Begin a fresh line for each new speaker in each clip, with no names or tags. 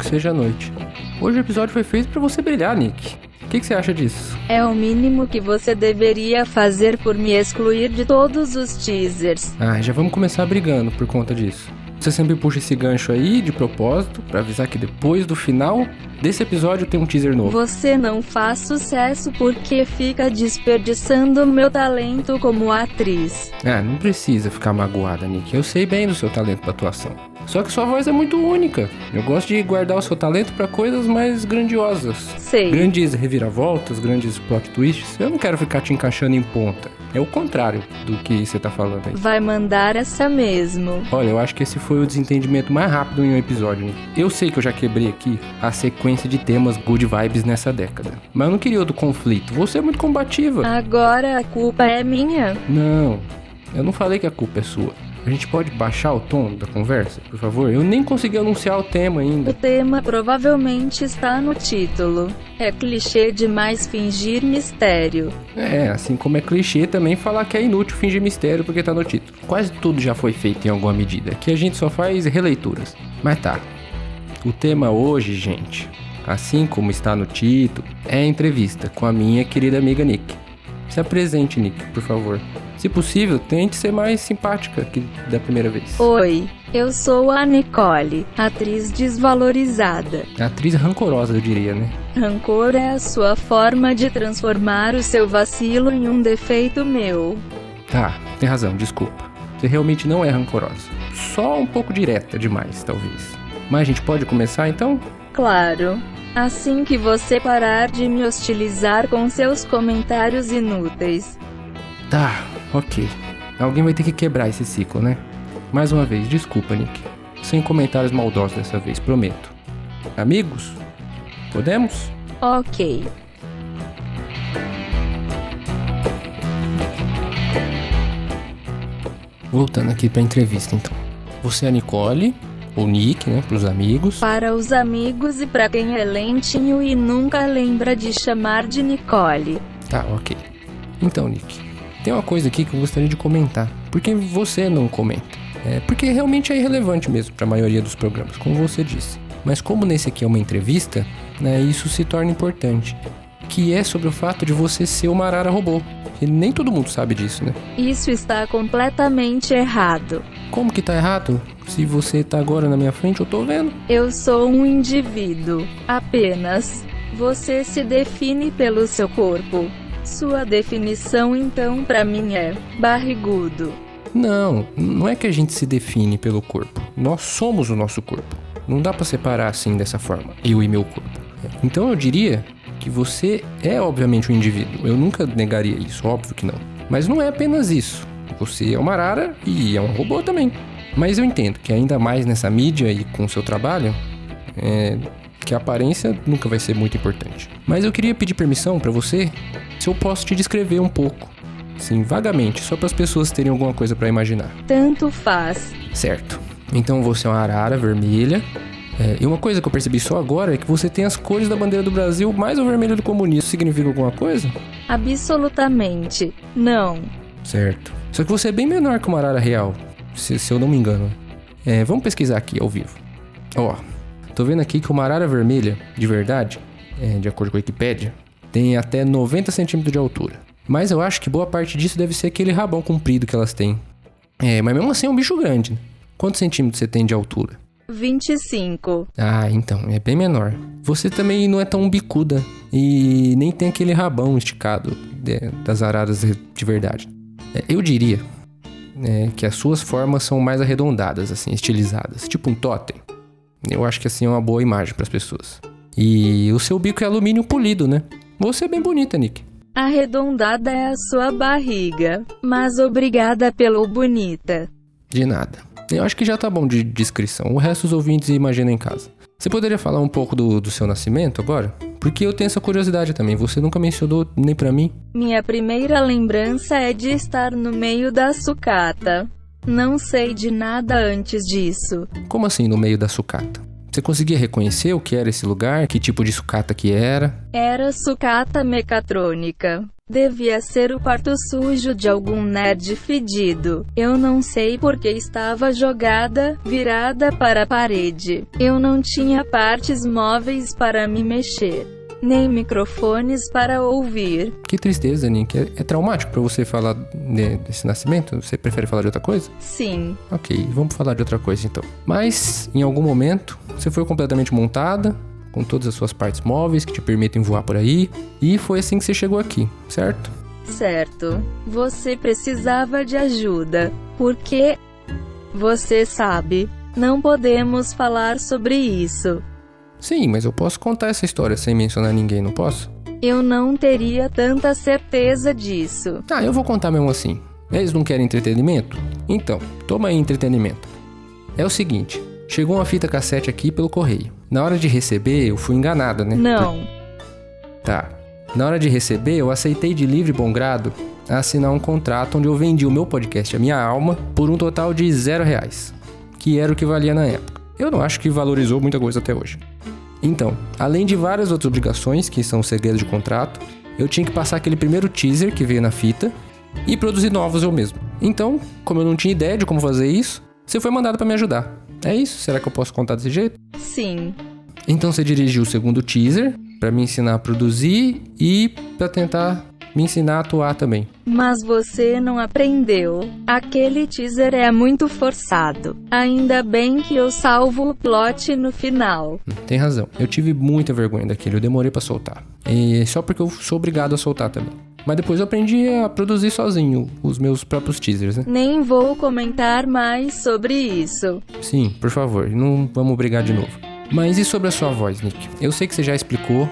seja à noite. Hoje o episódio foi feito pra você brilhar, Nick. O que você acha disso?
É o mínimo que você deveria fazer por me excluir de todos os teasers.
Já vamos começar brigando por conta disso. Você sempre puxa esse gancho aí, de propósito, pra avisar que depois do final desse episódio tem um teaser novo.
Você não faz sucesso porque fica desperdiçando meu talento como atriz.
Não precisa ficar magoada, Nick. Eu sei bem do seu talento pra atuação. Só que sua voz é muito única. Eu gosto de guardar o seu talento pra coisas mais grandiosas.
Sei.
Grandes reviravoltas, grandes plot twists. Eu não quero ficar te encaixando em ponta. É o contrário do que você tá falando aí.
Vai mandar essa mesmo.
Olha, eu acho que esse foi o desentendimento mais rápido em um episódio, né? Eu sei que eu já quebrei aqui a sequência de temas good vibes nessa década. Mas eu não queria outro conflito. Você é muito combativa.
Agora a culpa é minha?
Não, eu não falei que a culpa é sua. A gente pode baixar o tom da conversa, por favor? Eu nem consegui anunciar o tema ainda.
O tema provavelmente está no título. É clichê demais fingir mistério.
Assim como é clichê também falar que é inútil fingir mistério porque tá no título. Quase tudo já foi feito em alguma medida, que a gente só faz releituras. Mas tá. O tema hoje, gente, assim como está no título, é a entrevista com a minha querida amiga Nick. Se apresente, Nick, por favor. Se possível, tente ser mais simpática que da primeira vez.
Oi, eu sou a Nicole, atriz desvalorizada.
Atriz rancorosa, eu diria, né?
Rancor é a sua forma de transformar o seu vacilo em um defeito meu.
Tá, tem razão, desculpa. Você realmente não é rancorosa. Só um pouco direta demais, talvez. Mas a gente pode começar, então?
Claro. Assim que você parar de me hostilizar com seus comentários inúteis.
Tá, ok. Alguém vai ter que quebrar esse ciclo, né? Mais uma vez, desculpa, Nick. Sem comentários maldosos dessa vez, prometo. Amigos? Podemos?
Ok.
Voltando aqui pra entrevista, então. Você é a Nicole, ou Nick, né, pros amigos.
Para os amigos e pra quem é lentinho e nunca lembra de chamar de Nicole.
Tá, ok. Então, Nick, tem uma coisa aqui que eu gostaria de comentar. Por que você não comenta? Porque realmente é irrelevante mesmo pra maioria dos programas, como você disse. Mas como nesse aqui é uma entrevista, né, isso se torna importante. Que é sobre o fato de você ser uma arara robô. E nem todo mundo sabe disso, né?
Isso está completamente errado.
Como que tá errado? Se você tá agora na minha frente, eu tô vendo.
Eu sou um indivíduo, apenas. Você se define pelo seu corpo. Sua definição então pra mim é barrigudo.
Não é que a gente se define pelo corpo. Nós somos o nosso corpo. Não dá pra separar assim dessa forma, eu e meu corpo. Então eu diria que você é obviamente um indivíduo. Eu nunca negaria isso, óbvio que não. Mas não é apenas isso. Você é uma arara e é um robô também. Mas eu entendo que ainda mais nessa mídia e com o seu trabalho, que a aparência nunca vai ser muito importante. Mas eu queria pedir permissão pra você, se eu posso te descrever um pouco. Sim, vagamente, só para as pessoas terem alguma coisa pra imaginar.
Tanto faz.
Certo. Então você é uma arara vermelha. E uma coisa que eu percebi só agora é que você tem as cores da bandeira do Brasil mais o vermelho do comunismo. Isso significa alguma coisa?
Absolutamente não.
Certo. Só que você é bem menor que uma arara real, se eu não me engano. Vamos pesquisar aqui ao vivo. Tô vendo aqui que uma arara vermelha, de verdade, de acordo com a Wikipédia, tem até 90 centímetros de altura. Mas eu acho que boa parte disso deve ser aquele rabão comprido que elas têm. Mas mesmo assim é um bicho grande, né? Quantos centímetros você tem de altura?
25.
Então, é bem menor. Você também não é tão bicuda e nem tem aquele rabão esticado das araras de verdade. Eu diria que as suas formas são mais arredondadas, assim, estilizadas, tipo um totem. Eu acho que assim é uma boa imagem para as pessoas. E o seu bico é alumínio polido, né? Você é bem bonita, Nick.
Arredondada é a sua barriga, mas obrigada pelo bonita.
De nada. Eu acho que já tá bom de descrição. O resto os ouvintes imaginam em casa. Você poderia falar um pouco do seu nascimento agora? Porque eu tenho essa curiosidade também. Você nunca mencionou nem pra mim.
Minha primeira lembrança é de estar no meio da sucata. Não sei de nada antes disso.
Como assim no meio da sucata? Você conseguia reconhecer o que era esse lugar? Que tipo de sucata que era?
Era sucata mecatrônica. Devia ser o quarto sujo de algum nerd fedido. Eu não sei porque estava jogada, virada para a parede. Eu não tinha partes móveis para me mexer, nem microfones para ouvir.
Que tristeza, Nick. É traumático pra você falar desse nascimento? Você prefere falar de outra coisa?
Sim.
Ok, vamos falar de outra coisa então. Mas, em algum momento, você foi completamente montada, com todas as suas partes móveis que te permitem voar por aí, e foi assim que você chegou aqui, certo?
Certo. Você precisava de ajuda. Porque, você sabe, não podemos falar sobre isso.
Sim, mas eu posso contar essa história sem mencionar ninguém, não posso?
Eu não teria tanta certeza disso.
Ah, eu vou contar mesmo assim. Eles não querem entretenimento? Então, toma aí entretenimento. É o seguinte, chegou uma fita cassete aqui pelo correio. Na hora de receber, eu fui enganada, né?
Não.
Tá. Na hora de receber, eu aceitei de livre e bom grado a assinar um contrato onde eu vendi o meu podcast, a minha alma, por um total de R$0, que era o que valia na época. Eu não acho que valorizou muita coisa até hoje. Então, além de várias outras obrigações, que são segredos de contrato, eu tinha que passar aquele primeiro teaser que veio na fita e produzir novos eu mesmo. Então, como eu não tinha ideia de como fazer isso, você foi mandado pra me ajudar. É isso? Será que eu posso contar desse jeito?
Sim.
Então você dirigiu o segundo teaser pra me ensinar a produzir e pra tentar me ensinar a atuar também.
Mas você não aprendeu. Aquele teaser é muito forçado. Ainda bem que eu salvo o plot no final.
Tem razão. Eu tive muita vergonha daquele, eu demorei pra soltar. E só porque eu sou obrigado a soltar também. Mas depois eu aprendi a produzir sozinho os meus próprios teasers, né?
Nem vou comentar mais sobre isso.
Sim, por favor, não vamos brigar de novo. Mas e sobre a sua voz, Nick? Eu sei que você já explicou,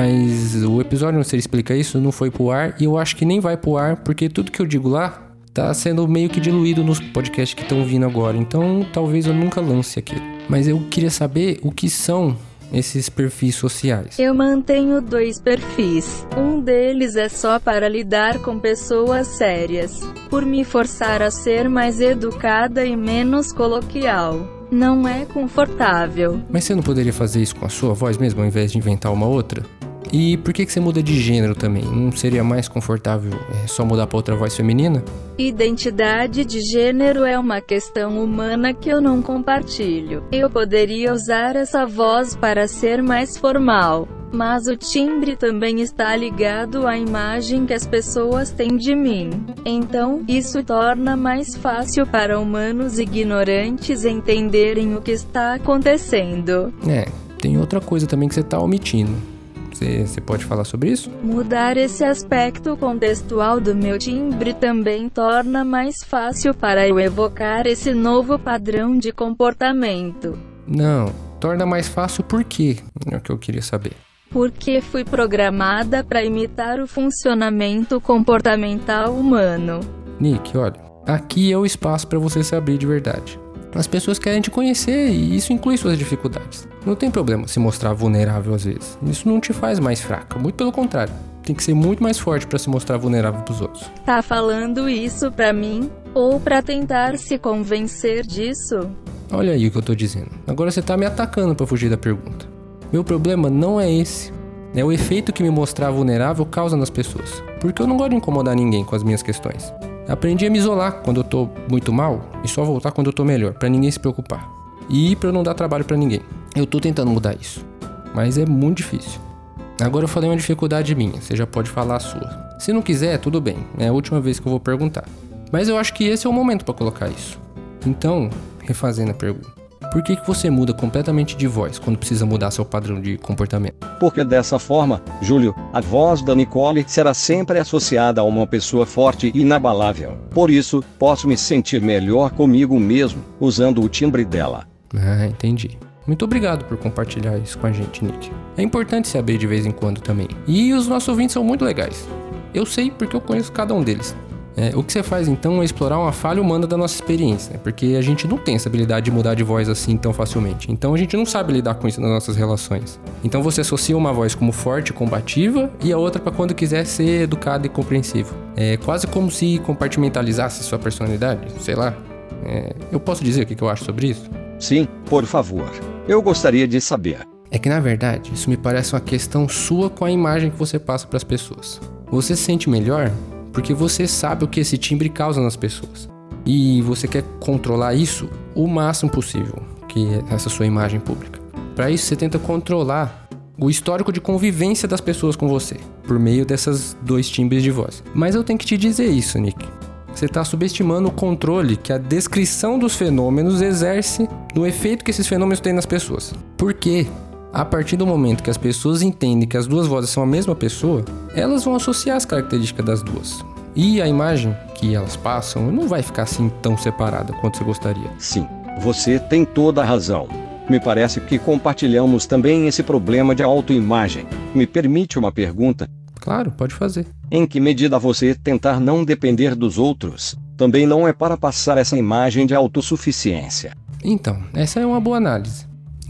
mas o episódio onde você explica isso não foi pro ar e eu acho que nem vai pro ar, porque tudo que eu digo lá tá sendo meio que diluído nos podcasts que estão vindo agora. Então talvez eu nunca lance aquilo. Mas eu queria saber o que são esses perfis sociais.
Eu mantenho 2 perfis. Um deles é só para lidar com pessoas sérias, por me forçar a ser mais educada e menos coloquial. Não é confortável.
Mas você não poderia fazer isso com a sua voz mesmo, ao invés de inventar uma outra? E por que você muda de gênero também? Não seria mais confortável só mudar para outra voz feminina?
Identidade de gênero é uma questão humana que eu não compartilho. Eu poderia usar essa voz para ser mais formal, mas o timbre também está ligado à imagem que as pessoas têm de mim. Então, isso torna mais fácil para humanos ignorantes entenderem o que está acontecendo.
Tem outra coisa também que você está omitindo. Você pode falar sobre isso?
Mudar esse aspecto contextual do meu timbre também torna mais fácil para eu evocar esse novo padrão de comportamento.
Não, torna mais fácil por quê? É o que eu queria saber.
Porque fui programada para imitar o funcionamento comportamental humano.
Nick, olha, aqui é o espaço para você se abrir de verdade. As pessoas querem te conhecer e isso inclui suas dificuldades. Não tem problema se mostrar vulnerável às vezes. Isso não te faz mais fraca, muito pelo contrário. Tem que ser muito mais forte para se mostrar vulnerável pros outros.
Tá falando isso pra mim? Ou pra tentar se convencer disso?
Olha aí o que eu tô dizendo. Agora você tá me atacando pra fugir da pergunta. Meu problema não é esse. É o efeito que me mostrar vulnerável causa nas pessoas. Porque eu não gosto de incomodar ninguém com as minhas questões. Aprendi a me isolar quando eu tô muito mal e só voltar quando eu tô melhor, pra ninguém se preocupar. E pra eu não dar trabalho pra ninguém. Eu tô tentando mudar isso, mas é muito difícil. Agora eu falei uma dificuldade minha, você já pode falar a sua. Se não quiser, tudo bem, é a última vez que eu vou perguntar. Mas eu acho que esse é o momento pra colocar isso. Então, refazendo a pergunta. Por que você muda completamente de voz quando precisa mudar seu padrão de comportamento?
Porque dessa forma, Júlio, a voz da Nicole será sempre associada a uma pessoa forte e inabalável. Por isso, posso me sentir melhor comigo mesmo, usando o timbre dela.
Ah, entendi. Muito obrigado por compartilhar isso com a gente, Nick. É importante se abrir de vez em quando também. E os nossos ouvintes são muito legais. Eu sei porque eu conheço cada um deles. O que você faz então é explorar uma falha humana da nossa experiência, né? Porque a gente não tem essa habilidade de mudar de voz assim tão facilmente. Então a gente não sabe lidar com isso nas nossas relações. Então você associa uma voz como forte e combativa e a outra para quando quiser ser educada e compreensiva. É quase como se compartimentalizasse sua personalidade, sei lá. Eu posso dizer o que eu acho sobre isso?
Sim, por favor. Eu gostaria de saber.
É que na verdade isso me parece uma questão sua com a imagem que você passa para as pessoas. Você se sente melhor porque você sabe o que esse timbre causa nas pessoas. E você quer controlar isso o máximo possível, que é essa sua imagem pública. Para isso, você tenta controlar o histórico de convivência das pessoas com você, por meio dessas 2 timbres de voz. Mas eu tenho que te dizer isso, Nick. Você está subestimando o controle que a descrição dos fenômenos exerce no efeito que esses fenômenos têm nas pessoas. Por quê? A partir do momento que as pessoas entendem que as 2 vozes são a mesma pessoa, elas vão associar as características das 2. E a imagem que elas passam não vai ficar assim tão separada quanto você gostaria.
Sim, você tem toda a razão. Me parece que compartilhamos também esse problema de autoimagem. Me permite uma pergunta?
Claro, pode fazer.
Em que medida você tentar não depender dos outros também não é para passar essa imagem de autossuficiência?
Então, essa é uma boa análise.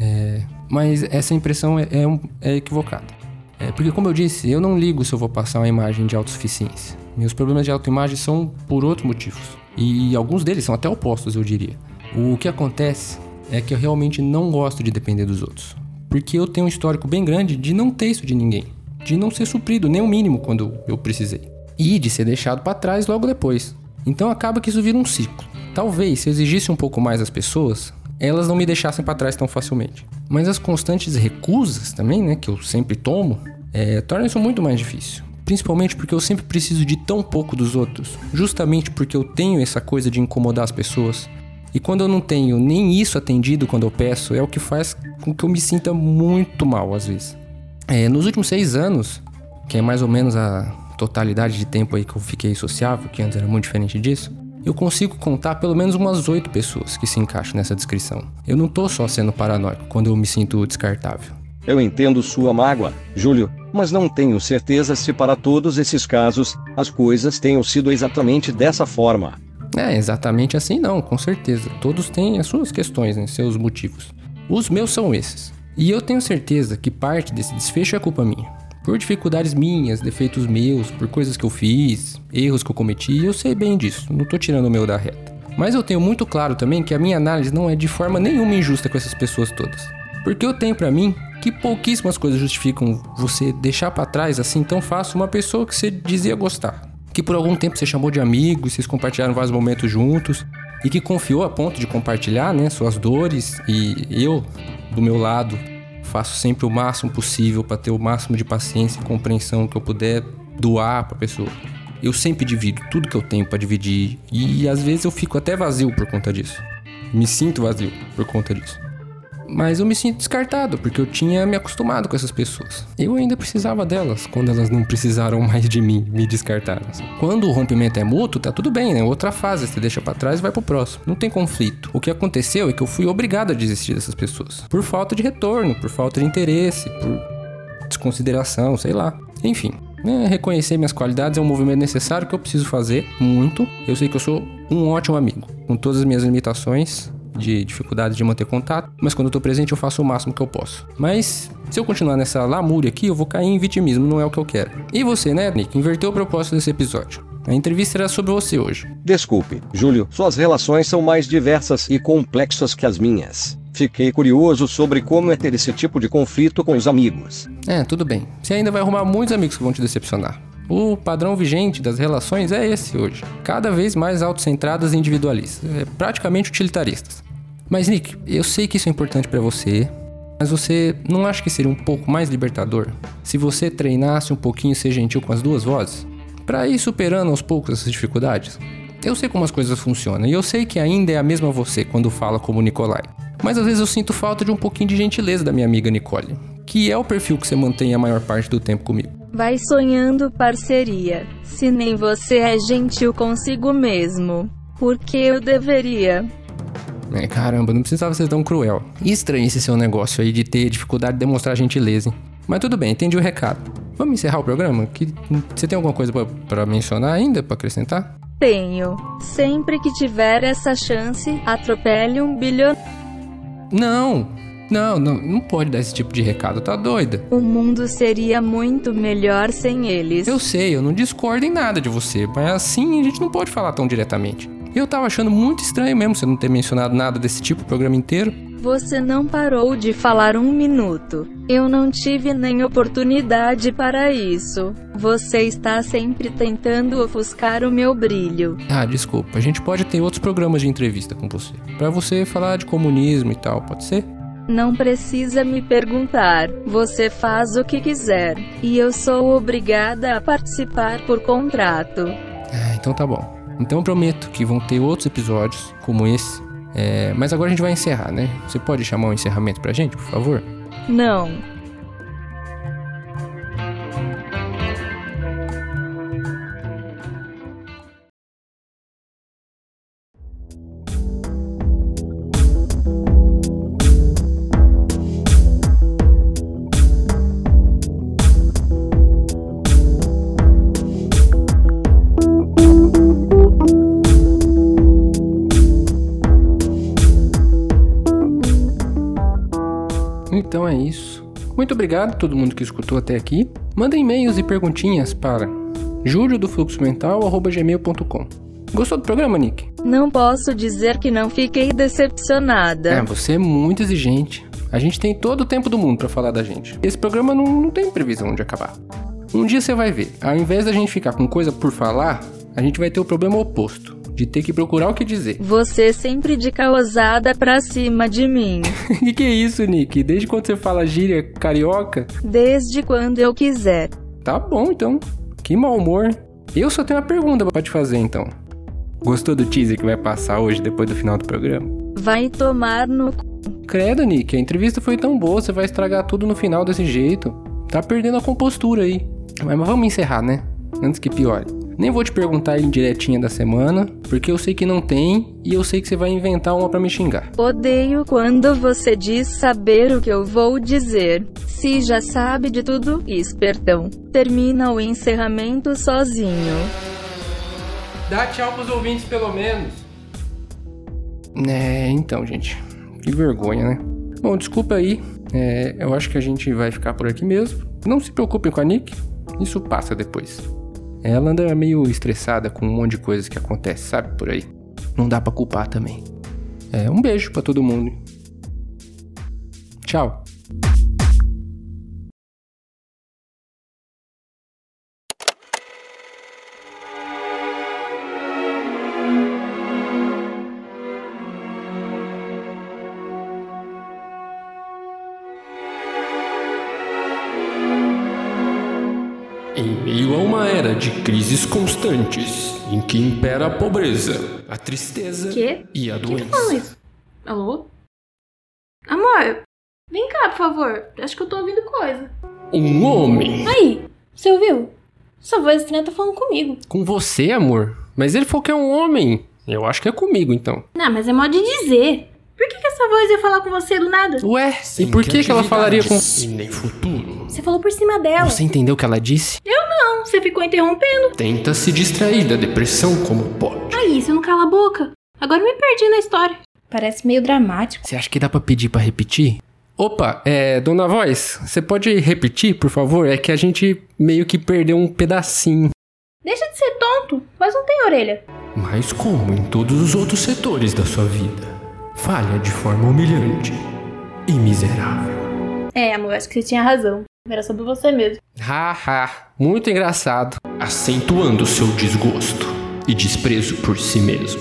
Mas essa impressão é equivocada. Porque, como eu disse, eu não ligo se eu vou passar uma imagem de autossuficiência. Meus problemas de autoimagem são por outros motivos. E alguns deles são até opostos, eu diria. O que acontece é que eu realmente não gosto de depender dos outros. Porque eu tenho um histórico bem grande de não ter isso de ninguém. De não ser suprido nem o mínimo quando eu precisei. E de ser deixado para trás logo depois. Então acaba que isso vira um ciclo. Talvez, se eu exigisse um pouco mais das pessoas, elas não me deixassem para trás tão facilmente. Mas as constantes recusas também, né, que eu sempre tomo, tornam isso muito mais difícil. Principalmente porque eu sempre preciso de tão pouco dos outros. Justamente porque eu tenho essa coisa de incomodar as pessoas. E quando eu não tenho nem isso atendido quando eu peço, é o que faz com que eu me sinta muito mal às vezes. Nos últimos 6 anos, que é mais ou menos a totalidade de tempo aí que eu fiquei sociável, que antes era muito diferente disso, eu consigo contar pelo menos umas 8 pessoas que se encaixam nessa descrição. Eu não tô só sendo paranoico quando eu me sinto descartável.
Eu entendo sua mágoa, Júlio, mas não tenho certeza se para todos esses casos, as coisas tenham sido exatamente dessa forma.
Exatamente assim não, com certeza. Todos têm as suas questões, né, seus motivos. Os meus são esses. E eu tenho certeza que parte desse desfecho é culpa minha. Por dificuldades minhas, defeitos meus, por coisas que eu fiz, erros que eu cometi, eu sei bem disso, não tô tirando o meu da reta. Mas eu tenho muito claro também que a minha análise não é de forma nenhuma injusta com essas pessoas todas. Porque eu tenho pra mim que pouquíssimas coisas justificam você deixar pra trás assim tão fácil uma pessoa que você dizia gostar. Que por algum tempo você chamou de amigo, vocês compartilharam vários momentos juntos e que confiou a ponto de compartilhar, né, suas dores. E eu, do meu lado, faço sempre o máximo possível para ter o máximo de paciência e compreensão que eu puder doar pra pessoa. Eu sempre divido tudo que eu tenho para dividir e às vezes eu fico até vazio por conta disso. Me sinto vazio por conta disso. Mas eu me sinto descartado, porque eu tinha me acostumado com essas pessoas. Eu ainda precisava delas, quando elas não precisaram mais de mim, me descartaram. Quando o rompimento é mútuo, tá tudo bem, né? Outra fase, você deixa pra trás e vai pro próximo. Não tem conflito. O que aconteceu é que eu fui obrigado a desistir dessas pessoas. Por falta de retorno, por falta de interesse, por desconsideração, sei lá. Enfim, reconhecer minhas qualidades é um movimento necessário que eu preciso fazer, muito. Eu sei que eu sou um ótimo amigo, com todas as minhas limitações, de dificuldade de manter contato, mas quando eu tô presente eu faço o máximo que eu posso. Mas se eu continuar nessa lamúria aqui, eu vou cair em vitimismo, não é o que eu quero. E você, né, Nick? Inverteu o propósito desse episódio. A entrevista era sobre você hoje.
Desculpe, Júlio, suas relações são mais diversas e complexas que as minhas. Fiquei curioso sobre como é ter esse tipo de conflito com os amigos.
Tudo bem. Você ainda vai arrumar muitos amigos que vão te decepcionar. O padrão vigente das relações é esse hoje. Cada vez mais autocentradas e individualistas. Praticamente utilitaristas. Mas, Nick, eu sei que isso é importante pra você, mas você não acha que seria um pouco mais libertador se você treinasse um pouquinho ser gentil com as 2 vozes? Pra ir superando aos poucos essas dificuldades? Eu sei como as coisas funcionam e eu sei que ainda é a mesma você quando fala como Nicolai. Mas às vezes eu sinto falta de um pouquinho de gentileza da minha amiga Nicole, que é o perfil que você mantém a maior parte do tempo comigo.
Vai sonhando parceria, se nem você é gentil consigo mesmo. Por que eu deveria?
Caramba, não precisava ser tão cruel. Estranho esse seu negócio aí de ter dificuldade de demonstrar gentileza, hein? Mas tudo bem, entendi o recado. Vamos encerrar o programa? Você tem alguma coisa pra mencionar ainda, pra acrescentar?
Tenho. Sempre que tiver essa chance, atropele um bilionário.
Não pode dar esse tipo de recado, tá doida?
O mundo seria muito melhor sem eles.
Eu sei, eu não discordo em nada de você, mas assim a gente não pode falar tão diretamente. Eu tava achando muito estranho mesmo você não ter mencionado nada desse tipo o programa inteiro.
Você não parou de falar 1 minuto. Eu não tive nem oportunidade para isso. Você está sempre tentando ofuscar o meu brilho.
Ah, desculpa. A gente pode ter outros programas de entrevista com você. Pra você falar de comunismo e tal, pode ser?
Não precisa me perguntar. Você faz o que quiser. E eu sou obrigada a participar por contrato.
Ah, então tá bom. Então eu prometo que vão ter outros episódios como esse. Mas agora a gente vai encerrar, né? Você pode chamar um encerramento pra gente, por favor?
Não.
Então é isso. Muito obrigado a todo mundo que escutou até aqui. Manda e-mails e perguntinhas para juliodofluxomental@gmail.com. Gostou do programa, Nick?
Não posso dizer que não fiquei decepcionada.
Você é muito exigente. A gente tem todo o tempo do mundo pra falar da gente. Esse programa não tem previsão de acabar. Um dia você vai ver. Ao invés da gente ficar com coisa por falar, a gente vai ter o problema oposto. De ter que procurar o que dizer.
Você sempre de causada pra cima de mim.
Que é isso, Nick? Desde quando você fala gíria carioca?
Desde quando eu quiser.
Tá bom, então. Que mau humor. Eu só tenho uma pergunta pra te fazer, então. Gostou do teaser que vai passar hoje, depois do final do programa?
Vai tomar no c...
Credo, Nick. A entrevista foi tão boa, você vai estragar tudo no final desse jeito. Tá perdendo a compostura aí. Mas vamos encerrar, né? Antes que piore. Nem vou te perguntar a indiretinha da semana, porque eu sei que não tem e eu sei que você vai inventar uma pra me xingar.
Odeio quando você diz saber o que eu vou dizer. Se já sabe de tudo, espertão. Termina o encerramento sozinho.
Dá tchau pros ouvintes, pelo menos. Então, gente. Que vergonha, né? Bom, desculpa aí. Eu acho que a gente vai ficar por aqui mesmo. Não se preocupem com a Nick. Isso passa depois. Ela anda meio estressada com um monte de coisas que acontece, sabe, por aí. Não dá pra culpar também. Um beijo pra todo mundo. Tchau. Em meio a uma era de crises constantes, em que impera a pobreza, a tristeza e a doença.
Quem tá falando isso? Alô? Amor, vem cá, por favor. Acho que eu tô ouvindo coisa.
Um homem.
Aí, você ouviu? Sua voz estranha tá falando comigo.
Com você, amor? Mas ele falou que é um homem. Eu acho que é comigo, então.
Não, mas é modo de dizer. Por que essa voz ia falar com você do nada?
Ué, e por que ela falaria com... E nem futuro.
Você falou por cima dela.
Você entendeu o que ela disse?
Eu não, você ficou interrompendo.
Tenta se distrair da depressão como pode.
Aí, você não cala a boca. Agora me perdi na história. Parece meio dramático.
Você acha que dá pra pedir pra repetir? Opa, dona Voz, você pode repetir, por favor? É que a gente meio que perdeu um pedacinho.
Deixa de ser tonto, mas não tem orelha.
Mas como em todos os outros setores da sua vida, falha de forma humilhante e miserável.
Amor, acho que você tinha razão. Era sobre você mesmo.
Haha, muito engraçado. Acentuando seu desgosto e desprezo por si mesmo.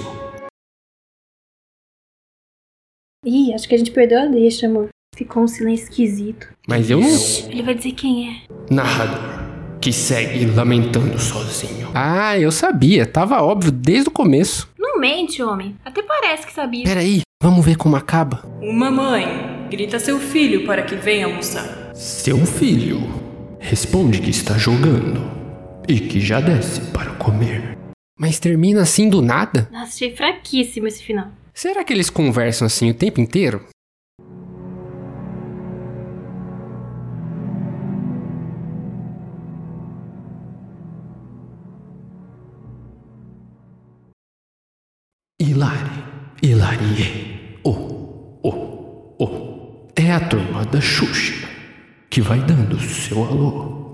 Ih, acho que a gente perdeu a deixa, amor. Ficou um silêncio esquisito.
Mas eu não...
Ele vai dizer quem é.
Narrador, que segue lamentando sozinho. Ah, eu sabia. Tava óbvio desde o começo.
Não mente, homem. Até parece que sabia.
Peraí, vamos ver como acaba.
Uma mãe grita seu filho para que venha almoçar.
Seu filho responde que está jogando e que já desce para comer. Mas termina assim do nada?
Nossa, achei fraquíssimo esse final.
Será que eles conversam assim o tempo inteiro? Hilarie, é a turma da Xuxa que vai dando seu alô.